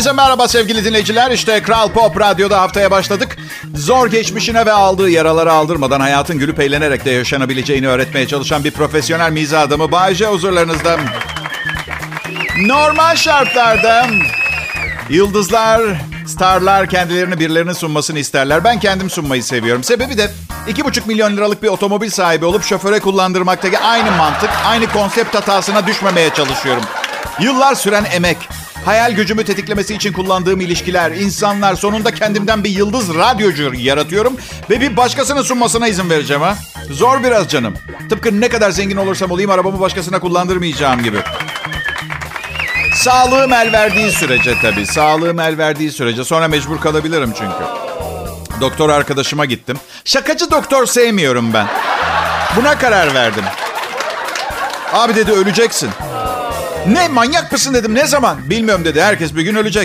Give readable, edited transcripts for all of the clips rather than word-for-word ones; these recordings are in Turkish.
Hepinize merhaba sevgili dinleyiciler. İşte Kral Pop Radyo'da haftaya başladık. Zor geçmişine ve aldığı yaraları aldırmadan hayatın gülüp eğlenerek de yaşanabileceğini öğretmeye çalışan bir profesyonel mizah adamı Bay J huzurlarınızda. Normal şartlarda yıldızlar, starlar kendilerini birilerinin sunmasını isterler. Ben kendim sunmayı seviyorum. Sebebi de 2,5 milyon liralık bir otomobil sahibi olup şoföre kullandırmaktaki aynı mantık, aynı konsept hatasına düşmemeye çalışıyorum. Yıllar süren emek, hayal gücümü tetiklemesi için kullandığım ilişkiler, insanlar, sonunda kendimden bir yıldız radyocu yaratıyorum ve bir başkasının sunmasına izin vereceğim ha. Zor biraz canım. Tıpkı ne kadar zengin olursam olayım arabamı başkasına kullandırmayacağım gibi. Sağlığım el verdiği sürece tabii. Sağlığım el verdiği sürece. Sonra mecbur kalabilirim çünkü. Doktor arkadaşıma gittim. Şakacı doktor sevmiyorum ben. Buna karar verdim. Abi dedi öleceksin. Ne manyak mısın dedim. Ne zaman? Bilmiyorum dedi. Herkes bir gün ölecek.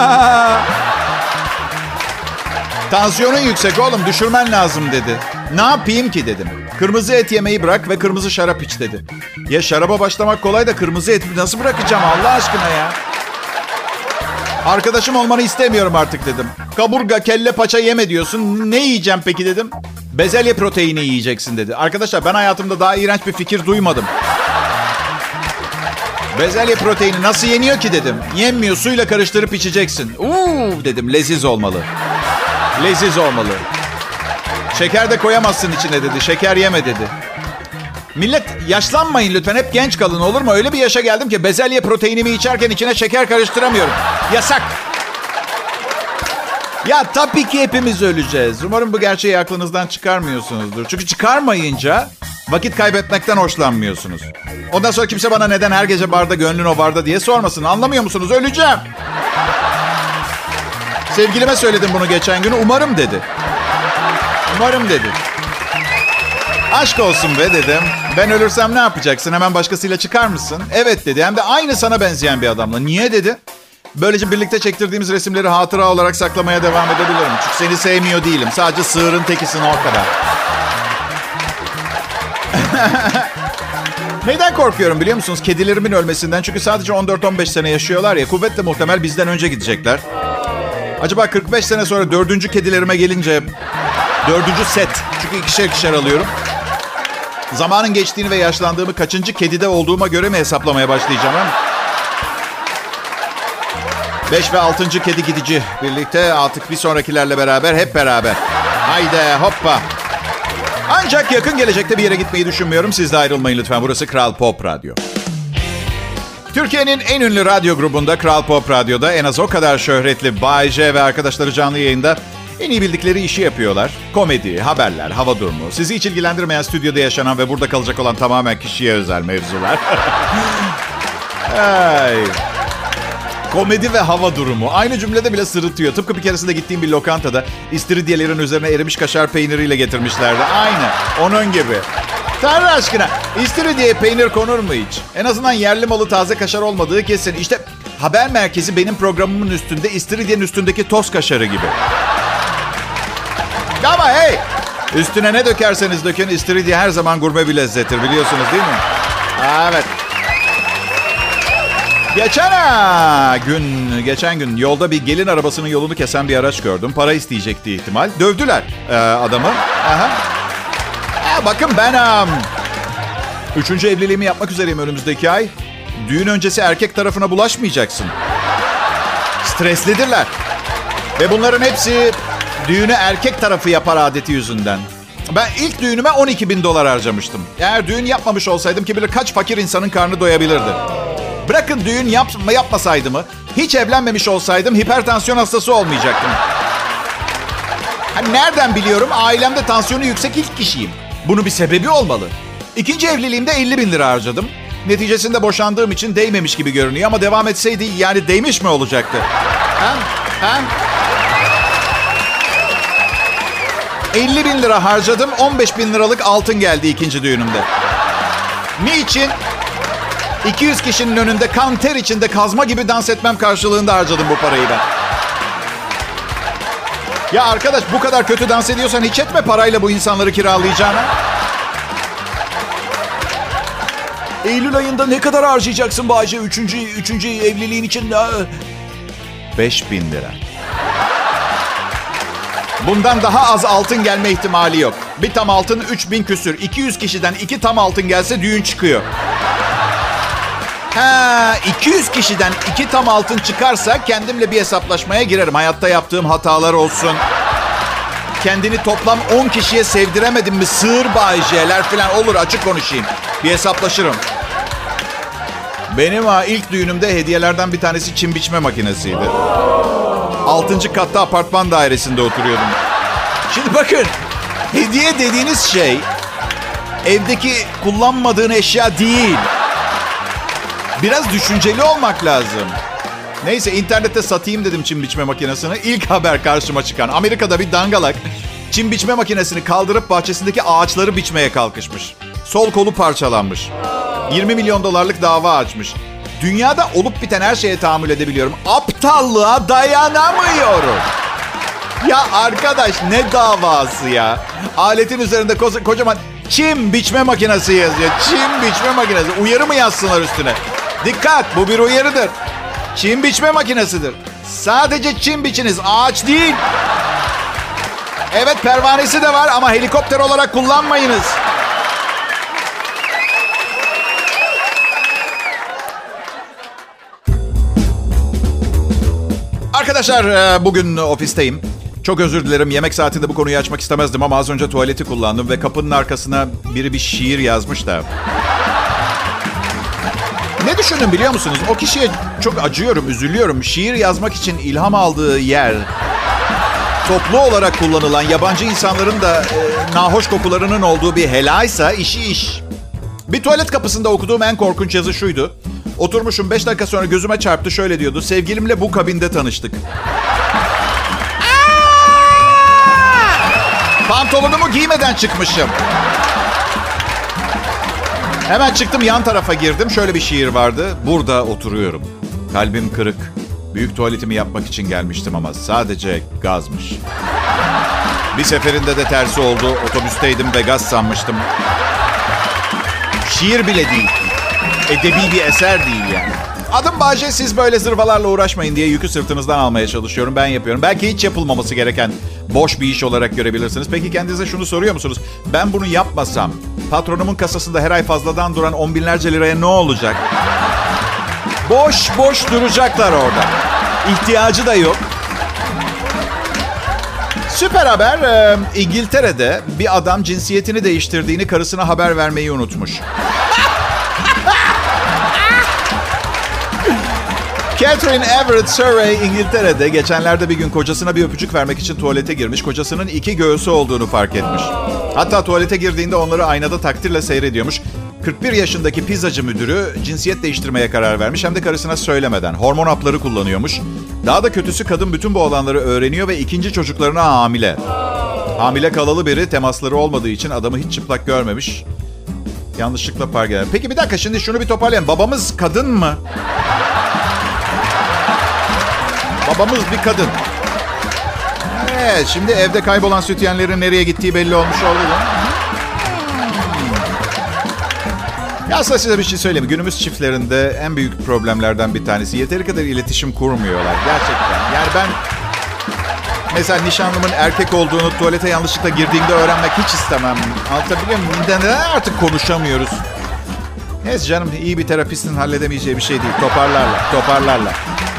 Tansiyonun yüksek oğlum. Düşürmen lazım dedi. Ne yapayım ki dedim. Kırmızı et yemeyi bırak ve kırmızı şarap iç dedi. Ya şaraba başlamak kolay da kırmızı eti nasıl bırakacağım Allah aşkına ya? Arkadaşım olmanı istemiyorum artık dedim. Kaburga, kelle, paça yeme diyorsun. Ne yiyeceğim peki dedim. Bezelye proteini yiyeceksin dedi. Arkadaşlar ben hayatımda daha iğrenç bir fikir duymadım. Bezelye proteini nasıl yeniyor ki dedim. Yenmiyor, suyla karıştırıp içeceksin. Dedim leziz olmalı. Leziz olmalı. Şeker de koyamazsın içine dedi. Şeker yeme dedi. Millet yaşlanmayın lütfen. Hep genç kalın olur mu? Öyle bir yaşa geldim ki bezelye proteinimi içerken içine şeker karıştıramıyorum. Yasak. Ya tabii ki hepimiz öleceğiz. Umarım bu gerçeği aklınızdan çıkarmıyorsunuzdur. Çünkü çıkarmayınca vakit kaybetmekten hoşlanmıyorsunuz. Ondan sonra kimse bana neden her gece barda gönlün o barda diye sormasın. Anlamıyor musunuz? Öleceğim. Sevgilime söyledim bunu geçen gün. Umarım dedi. Umarım dedi. Aşk olsun be dedim. Ben ölürsem ne yapacaksın? Hemen başkasıyla çıkar mısın? Evet dedi. Hem de aynı sana benzeyen bir adamla. Niye dedi? Böylece birlikte çektirdiğimiz resimleri hatıra olarak saklamaya devam edebilirim. Çünkü seni sevmiyor değilim. Sadece sığırın tekisin o kadar. Neyden korkuyorum biliyor musunuz? Kedilerimin ölmesinden. Çünkü sadece 14-15 sene yaşıyorlar ya. Kuvvetle muhtemel bizden önce gidecekler. Acaba 45 sene sonra 4. kedilerime gelince... 4. set. Çünkü ikişer alıyorum. Zamanın geçtiğini ve yaşlandığımı kaçıncı kedide olduğuma göre mi hesaplamaya başlayacağım? He? 5 ve 6. kedi gidici birlikte artık bir sonrakilerle beraber hep beraber. Haydi hoppa. Ancak yakın gelecekte bir yere gitmeyi düşünmüyorum. Siz de ayrılmayın lütfen. Burası Kral Pop Radyo. Türkiye'nin en ünlü radyo grubunda Kral Pop Radyo'da en az o kadar şöhretli Bay J ve arkadaşları canlı yayında en iyi bildikleri işi yapıyorlar. Komedi, haberler, hava durumu, sizi hiç ilgilendirmeyen stüdyoda yaşanan ve burada kalacak olan tamamen kişiye özel mevzular. Ay. Komedi ve hava durumu. Aynı cümlede bile sırıtıyor. Tıpkı bir keresinde gittiğim bir lokantada istiridyelerin üzerine erimiş kaşar peyniriyle getirmişlerdi. Aynı. Onun gibi. Tanrı aşkına istiridyeye peynir konur mu hiç? En azından yerli malı taze kaşar olmadığı kesin. İşte haber merkezi benim programımın üstünde istiridyenin üstündeki toz kaşarı gibi. Ama hey! Üstüne ne dökerseniz dökün istiridye her zaman gurme bir lezzettir biliyorsunuz değil mi? Evet. Geçen gün yolda bir gelin arabasının yolunu kesen bir araç gördüm. Para isteyecekti ihtimal. Dövdüler adamı. Aha. Bakın ben 3. evliliğimi yapmak üzereyim önümüzdeki ay. Düğün öncesi erkek tarafına bulaşmayacaksın. Streslidirler. Ve bunların hepsi düğünü erkek tarafı yapar adeti yüzünden. Ben ilk düğünüme $12.000 harcamıştım. Eğer düğün yapmamış olsaydım kim bilir kaç fakir insanın karnı doyabilirdi. Bırakın düğün yapmasaydım, hiç evlenmemiş olsaydım hipertansiyon hastası olmayacaktım. Hani nereden biliyorum? Ailemde tansiyonu yüksek ilk kişiyim. Bunun bir sebebi olmalı. 2. evliliğimde $50.000 harcadım. Neticesinde boşandığım için değmemiş gibi görünüyor ama devam etseydi yani değmiş mi olacaktı? Ha? $50.000 harcadım, $15.000 altın geldi 2. düğünümde. Niçin? 200 kişinin önünde kan ter içinde kazma gibi dans etmem karşılığında harcadım bu parayı ben. Ya arkadaş bu kadar kötü dans ediyorsan hiç etme parayla bu insanları kiralayacağına. Eylül ayında ne kadar harcayacaksın Bayce? Üçüncü evliliğin için? 5.000 lira. Bundan daha az altın gelme ihtimali yok. Bir tam altın 3.000 küsür. 200 kişiden 2 tam altın gelse düğün çıkıyor. 200 kişiden 2 tam altın çıkarsa kendimle bir hesaplaşmaya girerim. Hayatta yaptığım hatalar olsun. Kendini toplam 10 kişiye sevdiremedim mi? Sığır bayceler falan olur, açık konuşayım. Bir hesaplaşırım. Benim ilk düğünümde hediyelerden bir tanesi çim biçme makinesiydi. 6. katta apartman dairesinde oturuyordum. Şimdi bakın, hediye dediğiniz şey evdeki kullanmadığın eşya değil. Biraz düşünceli olmak lazım. Neyse, internette satayım dedim çim biçme makinesini. İlk haber karşıma çıkan Amerika'da bir dangalak çim biçme makinesini kaldırıp bahçesindeki ağaçları biçmeye kalkışmış. Sol kolu parçalanmış. 20 milyon dolarlık dava açmış. Dünyada olup biten her şeye tahammül edebiliyorum. Aptallığa dayanamıyorum. Ya arkadaş, ne davası ya? Aletin üzerinde kocaman çim biçme makinesi yazıyor. Çim biçme makinesi. Uyarı mı yazsınlar üstüne? Dikkat, bu bir uyarıdır. Çim biçme makinesidir. Sadece çim biçiniz, ağaç değil. Evet, pervanesi de var ama helikopter olarak kullanmayınız. Arkadaşlar, bugün ofisteyim. Çok özür dilerim. Yemek saatinde bu konuyu açmak istemezdim ama az önce tuvaleti kullandım ve kapının arkasına biri bir şiir yazmış da. Ne düşündüm biliyor musunuz? O kişiye çok acıyorum, üzülüyorum. Şiir yazmak için ilham aldığı yer, toplu olarak kullanılan yabancı insanların da nahoş kokularının olduğu bir helaysa işi iş. Bir tuvalet kapısında okuduğum en korkunç yazı şuydu. Oturmuşum, 5 dakika sonra gözüme çarptı, şöyle diyordu. Sevgilimle bu kabinde tanıştık. Pantolonumu giymeden çıkmışım. Hemen çıktım, yan tarafa girdim. Şöyle bir şiir vardı. Burada oturuyorum. Kalbim kırık. Büyük tuvaletimi yapmak için gelmiştim ama sadece gazmış. Bir seferinde de tersi oldu. Otobüsteydim ve gaz sanmıştım. Şiir bile değil. Edebi bir eser değil yani. Adım Bahçe, siz böyle zırvalarla uğraşmayın diye yükü sırtınızdan almaya çalışıyorum. Ben yapıyorum. Belki hiç yapılmaması gereken boş bir iş olarak görebilirsiniz. Peki kendinize şunu soruyor musunuz? Ben bunu yapmasam patronumun kasasında her ay fazladan duran 10 binlerce liraya ne olacak? Boş boş duracaklar orada. İhtiyacı da yok. Süper haber. İngiltere'de bir adam cinsiyetini değiştirdiğini karısına haber vermeyi unutmuş. Catherine Everett Surrey İngiltere'de geçenlerde bir gün kocasına bir öpücük vermek için tuvalete girmiş. Kocasının 2 göğsü olduğunu fark etmiş. Hatta tuvalete girdiğinde onları aynada takdirle seyrediyormuş. 41 yaşındaki pizzacı müdürü cinsiyet değiştirmeye karar vermiş. Hem de karısına söylemeden. Hormon hapları kullanıyormuş. Daha da kötüsü, kadın bütün bu olanları öğreniyor ve ikinci çocuklarına hamile. Hamile kalalı biri, temasları olmadığı için adamı hiç çıplak görmemiş. Yanlışlıkla park eder. Peki bir dakika, şimdi şunu bir toparlayalım. Babamız kadın mı? Babamız bir kadın. Evet, şimdi evde kaybolan sütyenlerin nereye gittiği belli olmuş oldu da. Ya aslında size bir şey söyleyeyim. Günümüz çiftlerinde en büyük problemlerden bir tanesi, yeteri kadar iletişim kurmuyorlar. Gerçekten. Yani ben mesela nişanlımın erkek olduğunu tuvalete yanlışlıkla girdiğimde öğrenmek hiç istemem. Anlatabiliyor muyum? Neden artık konuşamıyoruz? Neyse canım, iyi bir terapistin halledemeyeceği bir şey değil. Toparlarlar.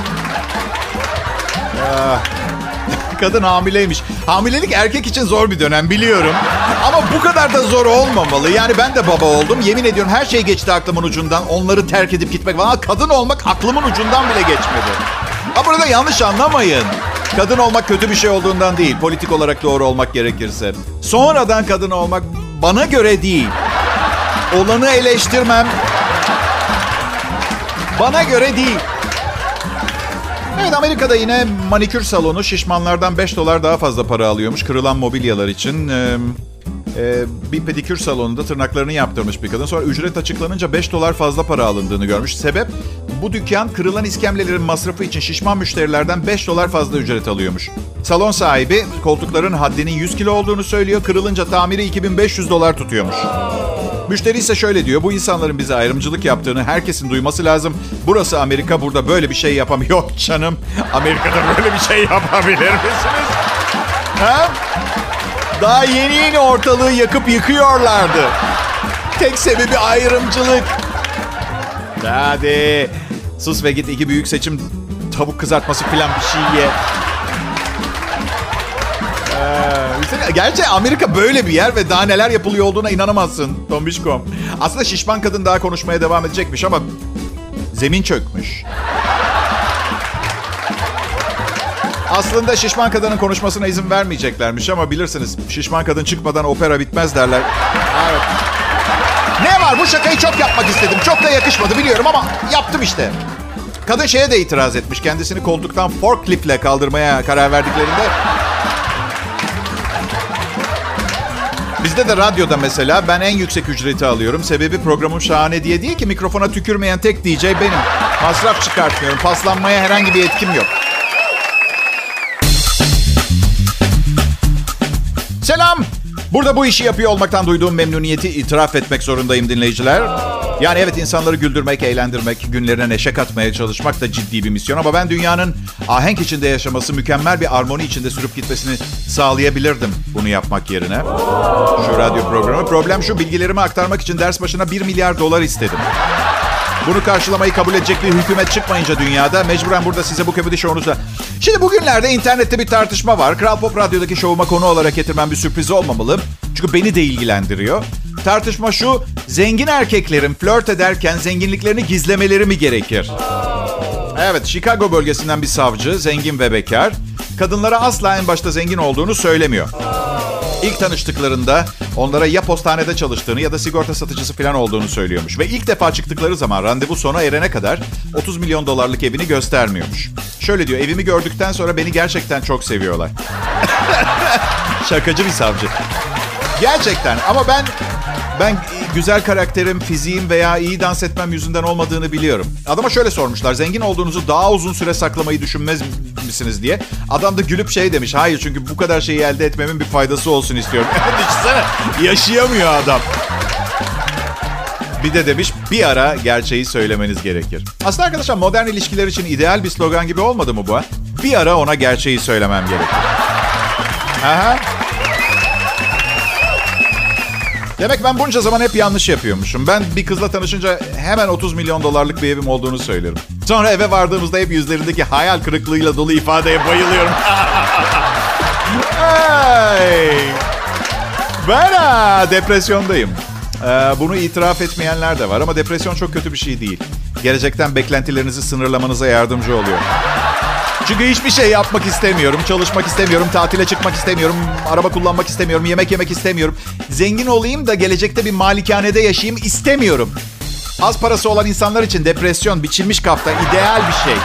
Kadın hamileymiş. Hamilelik erkek için zor bir dönem, biliyorum. Ama bu kadar da zor olmamalı. Yani ben de baba oldum. Yemin ediyorum her şey geçti aklımın ucundan. Onları terk edip gitmek falan. Kadın olmak aklımın ucundan bile geçmedi. Ama burada yanlış anlamayın. Kadın olmak kötü bir şey olduğundan değil. Politik olarak doğru olmak gerekirse. Sonradan kadın olmak bana göre değil. Olanı eleştirmem. Bana göre değil. Evet, Amerika'da yine manikür salonu şişmanlardan $5 daha fazla para alıyormuş kırılan mobilyalar için. Bir pedikür salonunda tırnaklarını yaptırmış bir kadın. Sonra ücret açıklanınca $5 fazla para alındığını görmüş. Sebep, bu dükkan kırılan iskemlelerin masrafı için şişman müşterilerden $5 fazla ücret alıyormuş. Salon sahibi koltukların haddinin 100 kilo olduğunu söylüyor. Kırılınca tamiri $2.500 tutuyormuş. Müşteri ise şöyle diyor. Bu insanların bize ayrımcılık yaptığını herkesin duyması lazım. Burası Amerika, burada böyle bir şey yapamıyor. Yok canım, Amerika'da böyle bir şey yapabilir misiniz? Ha? Daha yeni ortalığı yakıp yıkıyorlardı. Tek sebebi ayrımcılık. Hadi sus ve git 2 büyük seçim tavuk kızartması falan bir şey ye. Gerçi Amerika böyle bir yer ve daha neler yapılıyor olduğuna inanamazsın Tombişkom. Aslında şişman kadın daha konuşmaya devam edecekmiş ama zemin çökmüş. Aslında şişman kadının konuşmasına izin vermeyeceklermiş ama bilirsiniz şişman kadın çıkmadan opera bitmez derler. Evet. Ne var, bu şakayı çok yapmak istedim. Çok da yakışmadı biliyorum ama yaptım işte. Kadın şeye de itiraz etmiş. Kendisini koltuktan forkliftle kaldırmaya karar verdiklerinde. Bizde de radyoda mesela ben en yüksek ücreti alıyorum. Sebebi programım şahane diye değil ki, mikrofona tükürmeyen tek DJ benim. Masraf çıkartmıyorum. Paslanmaya herhangi bir etkim yok. Selam. Burada bu işi yapıyor olmaktan duyduğum memnuniyeti itiraf etmek zorundayım dinleyiciler. Yani evet, insanları güldürmek, eğlendirmek, günlerine neşe katmaya çalışmak da ciddi bir misyon. Ama ben dünyanın ahenk içinde yaşaması, mükemmel bir armoni içinde sürüp gitmesini sağlayabilirdim bunu yapmak yerine. Şu radyo programı. Problem şu, bilgilerimi aktarmak için ders başına 1 milyar dolar istedim. Bunu karşılamayı kabul edecek bir hükümet çıkmayınca dünyada mecburen burada size bu komedi şovunuza... Şimdi bugünlerde internette bir tartışma var. Kral Pop Radyo'daki şovuma konu olarak getirmem bir sürpriz olmamalı. Çünkü beni de ilgilendiriyor. Tartışma şu: zengin erkeklerin flört ederken zenginliklerini gizlemeleri mi gerekir? Evet, Chicago bölgesinden bir savcı, zengin ve bekar, kadınlara asla en başta zengin olduğunu söylemiyor. İlk tanıştıklarında onlara ya postanede çalıştığını ya da sigorta satıcısı falan olduğunu söylüyormuş. Ve ilk defa çıktıkları zaman randevu sona erene kadar 30 milyon dolarlık evini göstermiyormuş. Şöyle diyor: evimi gördükten sonra beni gerçekten çok seviyorlar. Şakacı bir savcı. Gerçekten, ama ben güzel karakterim, fiziğim veya iyi dans etmem yüzünden olmadığını biliyorum. Adama şöyle sormuşlar: zengin olduğunuzu daha uzun süre saklamayı düşünmez misiniz diye. Adam da gülüp şey demiş: hayır, çünkü bu kadar şeyi elde etmemin bir faydası olsun istiyorum. Düşünsene, yaşayamıyor adam. Bir de demiş, bir ara gerçeği söylemeniz gerekir. Aslında arkadaşlar, modern ilişkiler için ideal bir slogan gibi olmadı mı bu? Bir ara ona gerçeği söylemem gerekir. Aha. Demek ben bunca zaman hep yanlış yapıyormuşum. Ben bir kızla tanışınca hemen 30 milyon dolarlık bir evim olduğunu söylerim. Sonra eve vardığımızda hep yüzlerindeki hayal kırıklığıyla dolu ifadeye bayılıyorum. Hey. Ben depresyondayım. Bunu itiraf etmeyenler de var ama depresyon çok kötü bir şey değil. Gelecekten beklentilerinizi sınırlamanıza yardımcı oluyor. Çünkü hiçbir şey yapmak istemiyorum. Çalışmak istemiyorum. Tatile çıkmak istemiyorum. Araba kullanmak istemiyorum. Yemek yemek istemiyorum. Zengin olayım da gelecekte bir malikanede yaşayayım istemiyorum. Az parası olan insanlar için depresyon, biçilmiş kaftan ideal bir şey.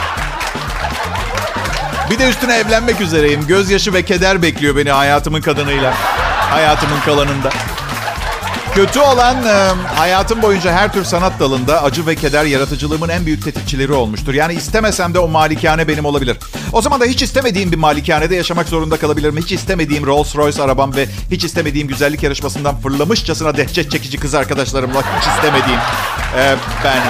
Bir de üstüne evlenmek üzereyim. Gözyaşı ve keder bekliyor beni hayatımın kadınıyla. Hayatımın kalanında. Kötü olan hayatım boyunca her tür sanat dalında acı ve keder yaratıcılığımın en büyük tetikçileri olmuştur. Yani istemesem de o malikane benim olabilir. O zaman da hiç istemediğim bir malikanede yaşamak zorunda kalabilirim. Hiç istemediğim Rolls Royce arabam ve hiç istemediğim güzellik yarışmasından fırlamışçasına dehşet çekici kız arkadaşlarımla hiç istemediğim ben...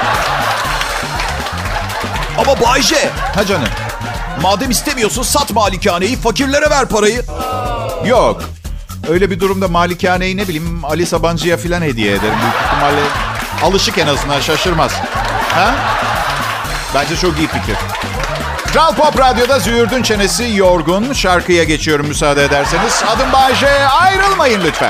Ama Bayce, ha canım, madem istemiyorsun sat malikaneyi, fakirlere ver parayı. Yok. Öyle bir durumda malikaneyi ne bileyim Ali Sabancı'ya filan hediye ederim. Büyük ihtimalle alışık, en azından şaşırmaz. Ha? Bence çok iyi fikir. Kral Pop Radyo'da Züğürdün Çenesi yorgun. Şarkıya geçiyorum müsaade ederseniz. Adım Bayce, ayrılmayın lütfen.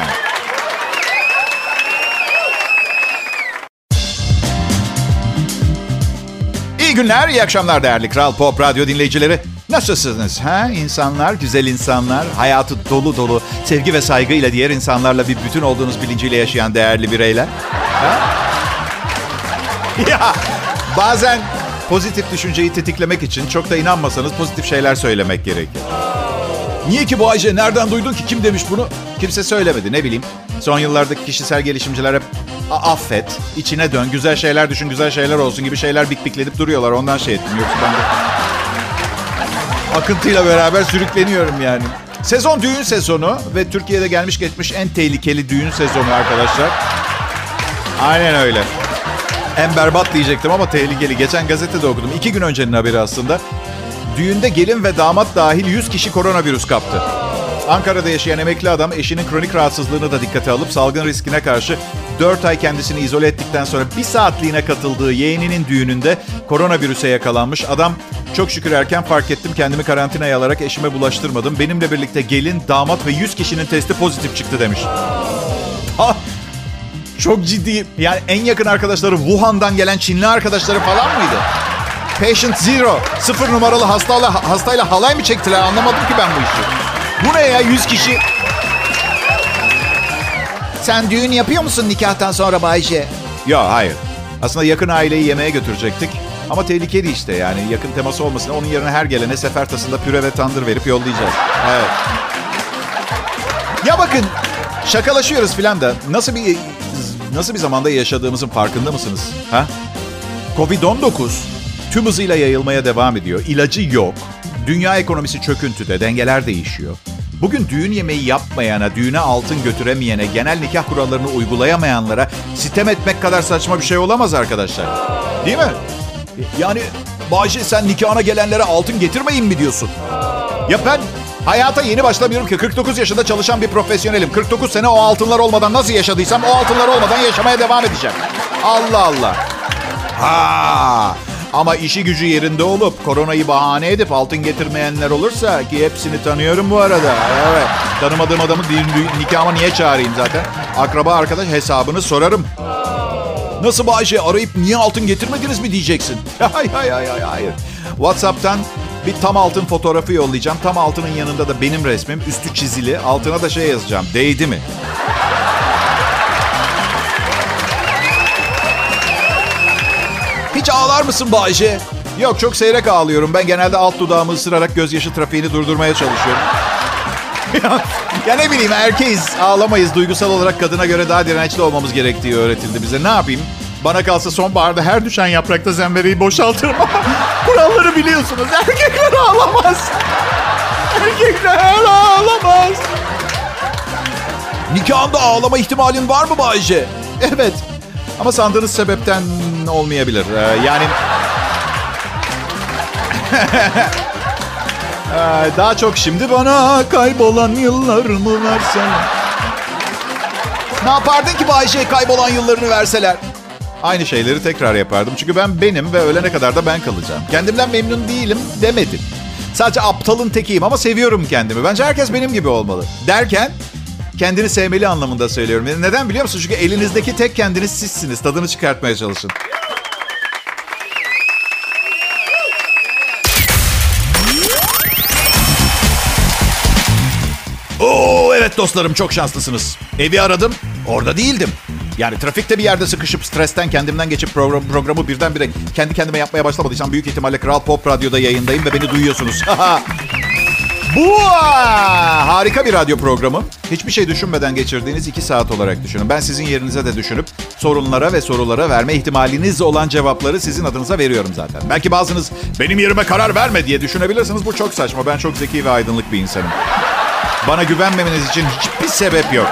İyi günler, iyi akşamlar değerli Kral Pop Radyo dinleyicileri. Nasılsınız ha? İnsanlar, güzel insanlar, hayatı dolu dolu, sevgi ve saygıyla diğer insanlarla bir bütün olduğunuz bilinciyle yaşayan değerli bireyler. Ha? Ya bazen pozitif düşünceyi tetiklemek için çok da inanmasanız pozitif şeyler söylemek gerekir. Niye ki bu Ayşe? Nereden duydun ki? Kim demiş bunu? Kimse söylemedi, ne bileyim. Son yıllardaki kişisel gelişimciler hep affet, içine dön, güzel şeyler düşün, güzel şeyler olsun gibi şeyler bikbikledip duruyorlar. Ondan şey ettim. Yoksa ben de akıntıyla beraber sürükleniyorum yani. Sezon düğün sezonu ve Türkiye'de gelmiş geçmiş en tehlikeli düğün sezonu arkadaşlar. Aynen öyle. En berbat diyecektim ama tehlikeli. Geçen gazetede okudum. 2 gün öncenin haberi aslında. Düğünde gelin ve damat dahil 100 kişi koronavirüs kaptı. Ankara'da yaşayan emekli adam eşinin kronik rahatsızlığını da dikkate alıp salgın riskine karşı 4 ay kendisini izole ettikten sonra bir saatliğine katıldığı yeğeninin düğününde koronavirüse yakalanmış. Adam, çok şükür erken fark ettim, kendimi karantinaya alarak eşime bulaştırmadım. Benimle birlikte gelin, damat ve 100 kişinin testi pozitif çıktı demiş. Çok ciddi. Yani en yakın arkadaşları Wuhan'dan gelen Çinli arkadaşları falan mıydı? Patient Zero, 0 numaralı hastayla halay mı çektiler? Anlamadım ki ben bu işi. Bu ne ya, 100 kişi? Sen düğün yapıyor musun nikahtan sonra Bayce? Yok, hayır. Aslında yakın aileyi yemeğe götürecektik. Ama tehlikeli işte, yani yakın teması olmasın. Onun yerine her gelene sefertasında püre ve tandır verip yollayacağız. Evet. Ya bakın, şakalaşıyoruz filan da nasıl bir zamanda yaşadığımızın farkında mısınız? Ha? Covid-19 tüm hızıyla yayılmaya devam ediyor. İlacı yok. Dünya ekonomisi çöküntüde, dengeler değişiyor. Bugün düğün yemeği yapmayana, düğüne altın götüremeyene, genel nikah kurallarını uygulayamayanlara sitem etmek kadar saçma bir şey olamaz arkadaşlar. Değil mi? Yani Bayce, sen nikahına gelenlere altın getirmeyin mi diyorsun? Ya ben hayata yeni başlamıyorum ki. 49 yaşında çalışan bir profesyonelim. 49 sene o altınlar olmadan nasıl yaşadıysam o altınlar olmadan yaşamaya devam edeceğim. Allah Allah. Ama işi gücü yerinde olup koronayı bahane edip altın getirmeyenler olursa, ki hepsini tanıyorum bu arada. Evet. Tanımadığım adamı nikahıma niye çağırayım zaten? Akraba arkadaş hesabını sorarım. Nasıl Bayce, arayıp niye altın getirmediniz mi diyeceksin? Hayır. WhatsApp'tan bir tam altın fotoğrafı yollayacağım. Tam altının yanında da benim resmim, üstü çizili. Altına da şey yazacağım. Değdi mi? Hiç ağlar mısın Bayce? Yok, çok seyrek ağlıyorum. Ben genelde alt dudağımı ısırarak gözyaşı trafiğini durdurmaya çalışıyorum. Ya ne bileyim, erkeğiz, ağlamayız. Duygusal olarak kadına göre daha dirençli olmamız gerektiği öğretildi bize. Ne yapayım? Bana kalsa sonbaharda her düşen yaprakta zembereği boşaltırım. Kuralları biliyorsunuz. Erkekler ağlamaz. Erkekler ağlamaz. Nikahında ağlama ihtimalin var mı Bayce? Evet. Ama sandığınız sebepten olmayabilir. Yani daha çok şimdi bana kaybolan yıllarımı verseler. Ne yapardın ki Bayşe, kaybolan yıllarını verseler? Aynı şeyleri tekrar yapardım. Çünkü ben benim ve ölene kadar da ben kalacağım. Kendimden memnun değilim demedim. Sadece aptalın tekiyim ama seviyorum kendimi. Bence herkes benim gibi olmalı. Derken kendini sevmeli anlamında söylüyorum. Neden biliyor musun? Çünkü elinizdeki tek kendiniz sizsiniz. Tadını çıkartmaya çalışın. Evet dostlarım, çok şanslısınız. Evi aradım, orada değildim. Yani trafikte bir yerde sıkışıp stresten kendimden geçip programı birdenbire kendi kendime yapmaya başlamadıysam büyük ihtimalle Kral Pop Radyo'da yayındayım ve beni duyuyorsunuz. Bu harika bir radyo programı. Hiçbir şey düşünmeden geçirdiğiniz 2 saat olarak düşünün. Ben sizin yerinize de düşünüp sorunlara ve sorulara verme ihtimaliniz olan cevapları sizin adınıza veriyorum zaten. Belki bazınız benim yerime karar verme diye düşünebilirsiniz. Bu çok saçma. Ben çok zeki ve aydınlık bir insanım. Bana güvenmemeniz için hiçbir sebep yok.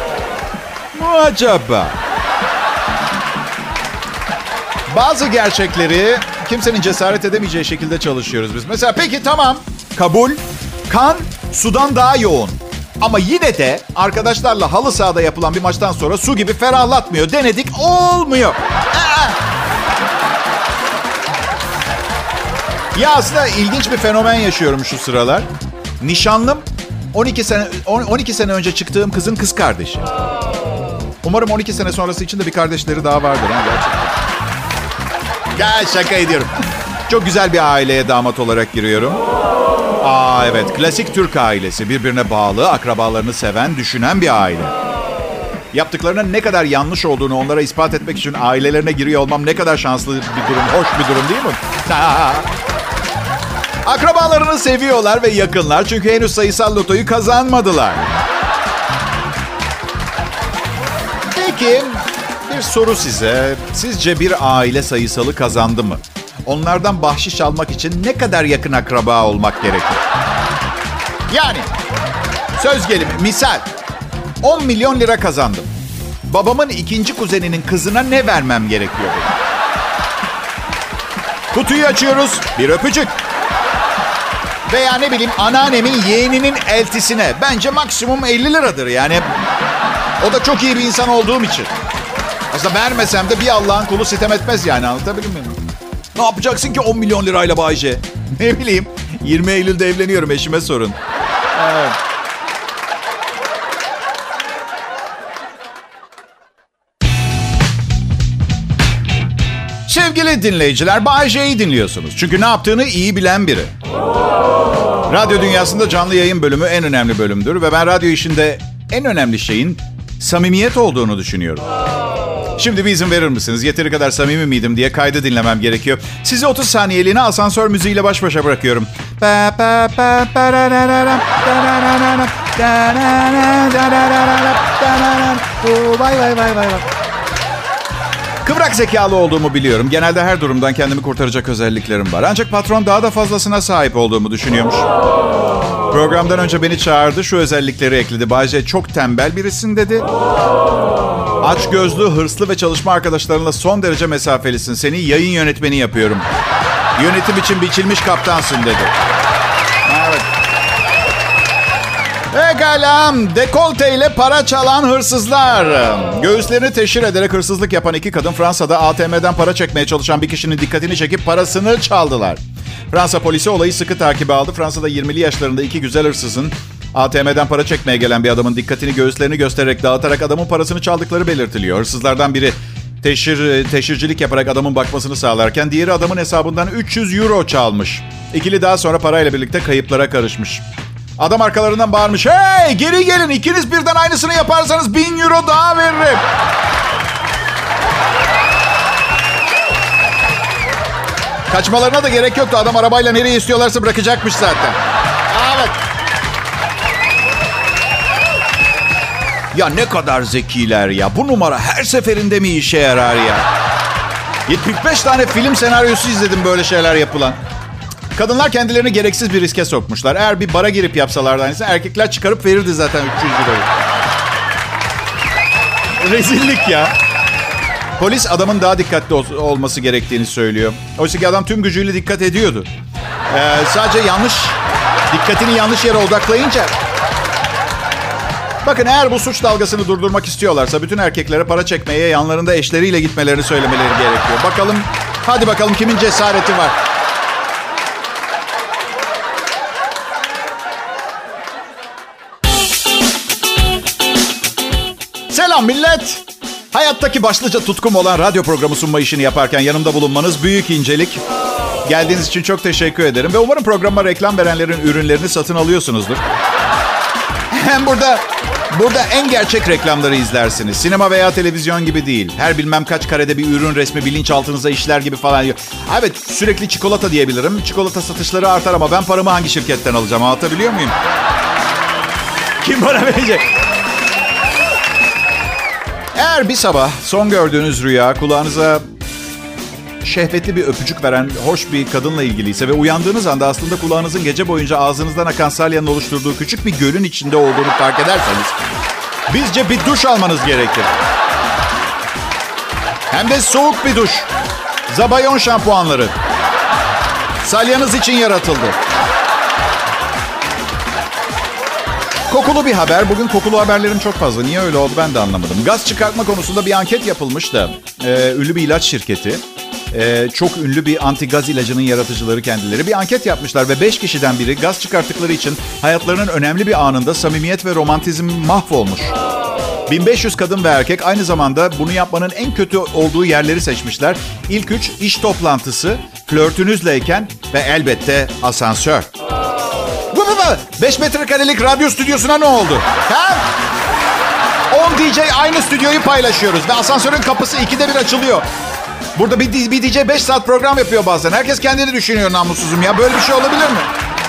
Acaba? Bazı gerçekleri kimsenin cesaret edemeyeceği şekilde çalışıyoruz biz. Mesela peki tamam, kabul. Kan sudan daha yoğun. Ama yine de arkadaşlarla halı sahada yapılan bir maçtan sonra su gibi ferahlatmıyor. Denedik, olmuyor. Ya aslında ilginç bir fenomen yaşıyorum şu sıralar. Nişanlım 12 sene önce çıktığım kızın kız kardeşi. Umarım 12 sene sonrası için de bir kardeşleri daha vardır. Gerçekten. Gel, şaka ediyorum. Çok güzel bir aileye damat olarak giriyorum. Evet, klasik Türk ailesi. Birbirine bağlı, akrabalarını seven, düşünen bir aile. Yaptıklarının ne kadar yanlış olduğunu onlara ispat etmek için ailelerine giriyor olmam ne kadar şanslı bir durum, hoş bir durum değil mi? Akrabalarını seviyorlar ve yakınlar çünkü henüz sayısal lotoyu kazanmadılar. Peki, bir soru size. Sizce bir aile sayısalı kazandı mı? Onlardan bahşiş almak için ne kadar yakın akraba olmak gerekir? Yani söz gelimi, misal 10 milyon lira kazandım. babamın ikinci kuzeninin kızına ne vermem gerekiyor benim? Kutuyu açıyoruz. Bir öpücük. Veya ne bileyim anneannemin yeğeninin eltisine. Bence maksimum 50 liradır yani. O da çok iyi bir insan olduğum için. Aslında vermesem de bir Allah'ın kulu sitem etmez yani, anlatabiliyor muyum? Ne yapacaksın ki 10 milyon lirayla Bayce? Ne bileyim 20 Eylül'de evleniyorum, eşime sorun. Evet. Sevgili dinleyiciler, Bay J'yi dinliyorsunuz. Çünkü ne yaptığını iyi bilen biri. Radyo dünyasında canlı yayın bölümü en önemli bölümdür. Ve ben radyo işinde en önemli şeyin samimiyet olduğunu düşünüyorum. Şimdi bir izin verir misiniz? Yeteri kadar samimi miydim diye kaydı dinlemem gerekiyor. Sizi 30 saniyeliğine asansör müziğiyle baş başa bırakıyorum. Kıvrak zekalı olduğumu biliyorum. Genelde her durumdan kendimi kurtaracak özelliklerim var. Ancak patron daha da fazlasına sahip olduğumu düşünüyormuş. Programdan önce beni çağırdı, şu özellikleri ekledi. Bayce çok tembel birisin dedi. Açgözlü, hırslı ve çalışma arkadaşlarınla son derece mesafelisin. Seni yayın yönetmeni yapıyorum. Yönetim için biçilmiş kaptansın dedi. Evet. Pekala, dekolteyle para çalan hırsızlar. Göğüslerini teşhir ederek hırsızlık yapan iki kadın Fransa'da ATM'den para çekmeye çalışan bir kişinin dikkatini çekip parasını çaldılar. Fransa polisi olayı sıkı takibe aldı. Fransa'da 20'li yaşlarında iki güzel hırsızın ATM'den para çekmeye gelen bir adamın dikkatini göğüslerini göstererek dağıtarak adamın parasını çaldıkları belirtiliyor. Hırsızlardan biri teşhircilik yaparak adamın bakmasını sağlarken diğeri adamın hesabından 300 euro çalmış. İkili daha sonra parayla birlikte kayıplara karışmış. Adam arkalarından bağırmış. Hey, geri gelin, ikiniz birden aynısını yaparsanız 1000 euro daha veririm. Kaçmalarına da gerek yoktu. Adam arabayla nereye istiyorlarsa bırakacakmış zaten. Evet. Ya ne kadar zekiler ya. Bu numara her seferinde mi işe yarar ya? 75 tane film senaryosu izledim böyle şeyler yapılan. Kadınlar kendilerini gereksiz bir riske sokmuşlar. Eğer bir bara girip yapsalardı aynısını, erkekler çıkarıp verirdi zaten 300 lirayı. Rezillik ya. Polis adamın daha dikkatli olması gerektiğini söylüyor. Oysa ki adam tüm gücüyle dikkat ediyordu. Sadece dikkatini yanlış yere odaklayınca... Bakın, eğer bu suç dalgasını durdurmak istiyorlarsa bütün erkeklere para çekmeye yanlarında eşleriyle gitmelerini söylemeleri gerekiyor. Hadi bakalım kimin cesareti var? Selam millet. Hayattaki başlıca tutkum olan radyo programı sunma işini yaparken yanımda bulunmanız büyük incelik. Geldiğiniz için çok teşekkür ederim. Ve umarım programa reklam verenlerin ürünlerini satın alıyorsunuzdur. Hem burada en gerçek reklamları izlersiniz. Sinema veya televizyon gibi değil. Her bilmem kaç karede bir ürün resmi bilinçaltınıza işler gibi falan. Evet, sürekli çikolata diyebilirim. Çikolata satışları artar ama ben paramı hangi şirketten alacağım? Anlatabiliyor muyum? Kim bana verecek? Eğer bir sabah son gördüğünüz rüya kulağınıza şehvetli bir öpücük veren hoş bir kadınla ilgiliyse ve uyandığınız anda aslında kulağınızın gece boyunca ağzınızdan akan salyanın oluşturduğu küçük bir gölün içinde olduğunu fark ederseniz bizce bir duş almanız gerekir. Hem de soğuk bir duş. Zabayon şampuanları. Salyanız için yaratıldı. Kokulu bir haber. Bugün kokulu haberlerim çok fazla. Niye öyle oldu ben de anlamadım. Gaz çıkartma konusunda bir anket yapılmış da ünlü bir ilaç şirketi, çok ünlü bir anti-gaz ilacının yaratıcıları kendileri bir anket yapmışlar ve 5 kişiden biri gaz çıkarttıkları için hayatlarının önemli bir anında samimiyet ve romantizm mahvolmuş. 1500 kadın ve erkek aynı zamanda bunu yapmanın en kötü olduğu yerleri seçmişler. İlk 3 iş toplantısı, flörtünüzleyken ve elbette asansör. 5 metrekarelik radyo stüdyosuna ne oldu? Ha? 10 DJ aynı stüdyoyu paylaşıyoruz ve asansörün kapısı 2'de 1 açılıyor. Burada bir DJ 5 saat program yapıyor bazen. Herkes kendini düşünüyor, namussuzum ya. Böyle bir şey olabilir mi?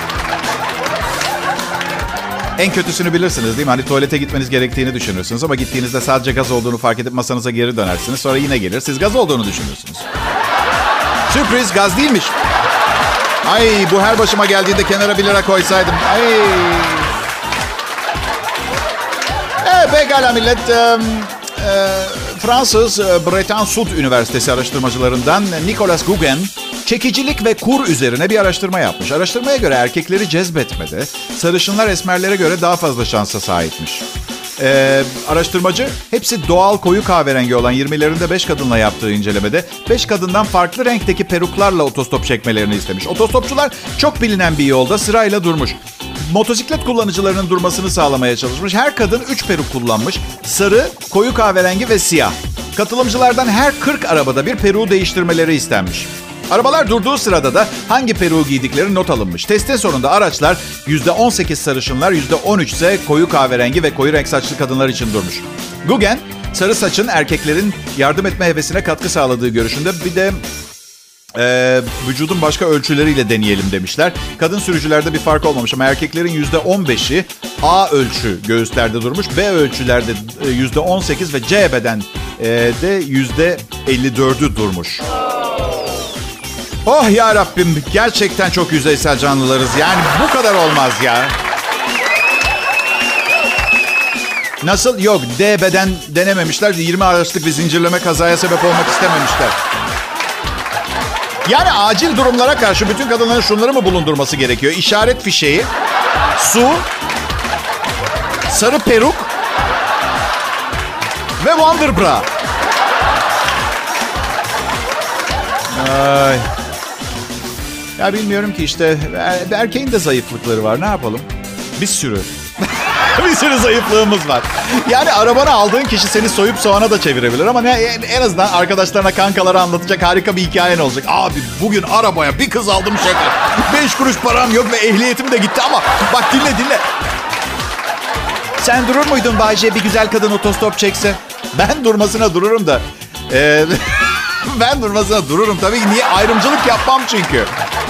En kötüsünü bilirsiniz değil mi? Hani tuvalete gitmeniz gerektiğini düşünürsünüz ama gittiğinizde sadece gaz olduğunu fark edip masanıza geri dönersiniz. Sonra yine gelir, siz gaz olduğunu düşünürsünüz. Sürpriz, gaz değilmiş. Ay, bu her başıma geldiğinde kenara 1 lira koysaydım. Ay. Evet, pekala millet. Fransız Breton Sud Üniversitesi araştırmacılarından Nicolas Gauguin çekicilik ve kur üzerine bir araştırma yapmış. Araştırmaya göre erkekleri cezbetmede sarışınlar esmerlere göre daha fazla şansa sahipmiş. Araştırmacı hepsi doğal koyu kahverengi olan 20'lerinde 5 kadınla yaptığı incelemede 5 kadından farklı renkteki peruklarla otostop çekmelerini istemiş. Otostopçular çok bilinen bir yolda sırayla durmuş. Motosiklet kullanıcılarının durmasını sağlamaya çalışmış. Her kadın 3 peruk kullanmış. Sarı, koyu kahverengi ve siyah. Katılımcılardan her 40 arabada bir peruğu değiştirmeleri istenmiş. Arabalar durduğu sırada da hangi peruğu giydikleri not alınmış. Testin sonunda araçlar %18 sarışınlar, %13 ise koyu kahverengi ve koyu renk saçlı kadınlar için durmuş. Gauguin, sarı saçın erkeklerin yardım etme hevesine katkı sağladığı görüşünde, bir de vücudun başka ölçüleriyle deneyelim demişler. Kadın sürücülerde bir fark olmamış ama erkeklerin %15'i A ölçü göğüslerde durmuş, B ölçülerde %18 ve C beden de %54'ü durmuş. Oh ya Rabbim, gerçekten çok yüzeysel canlılarız. Yani bu kadar olmaz ya. Nasıl? Yok, D beden denememişler. 20 araçlık bir zincirleme kazaya sebep olmak istememişler. Yani acil durumlara karşı bütün kadınların şunları mı bulundurması gerekiyor? İşaret fişeği, su, sarı peruk ve Wonder Bra. Ay. Ya bilmiyorum ki işte, erkeğin de zayıflıkları var, ne yapalım? Bir sürü. Bir sürü zayıflığımız var. Yani arabanı aldığın kişi seni soyup soğana da çevirebilir ama en azından arkadaşlarına, kankalara anlatacak harika bir hikayen olacak. Abi bugün arabaya bir kız aldım, şaka. 5 kuruş param yok ve ehliyetim de gitti ama bak dinle. Sen durur muydun Bayce bir güzel kadın otostop çekse? Ben durmasına dururum da. Ben durmasına dururum tabii ki. Niye? Ayrımcılık yapmam çünkü.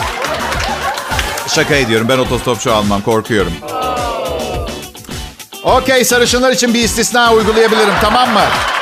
Şaka ediyorum. Ben otostopçu almam. Korkuyorum. Okey, sarışınlar için bir istisna uygulayabilirim. Tamam mı?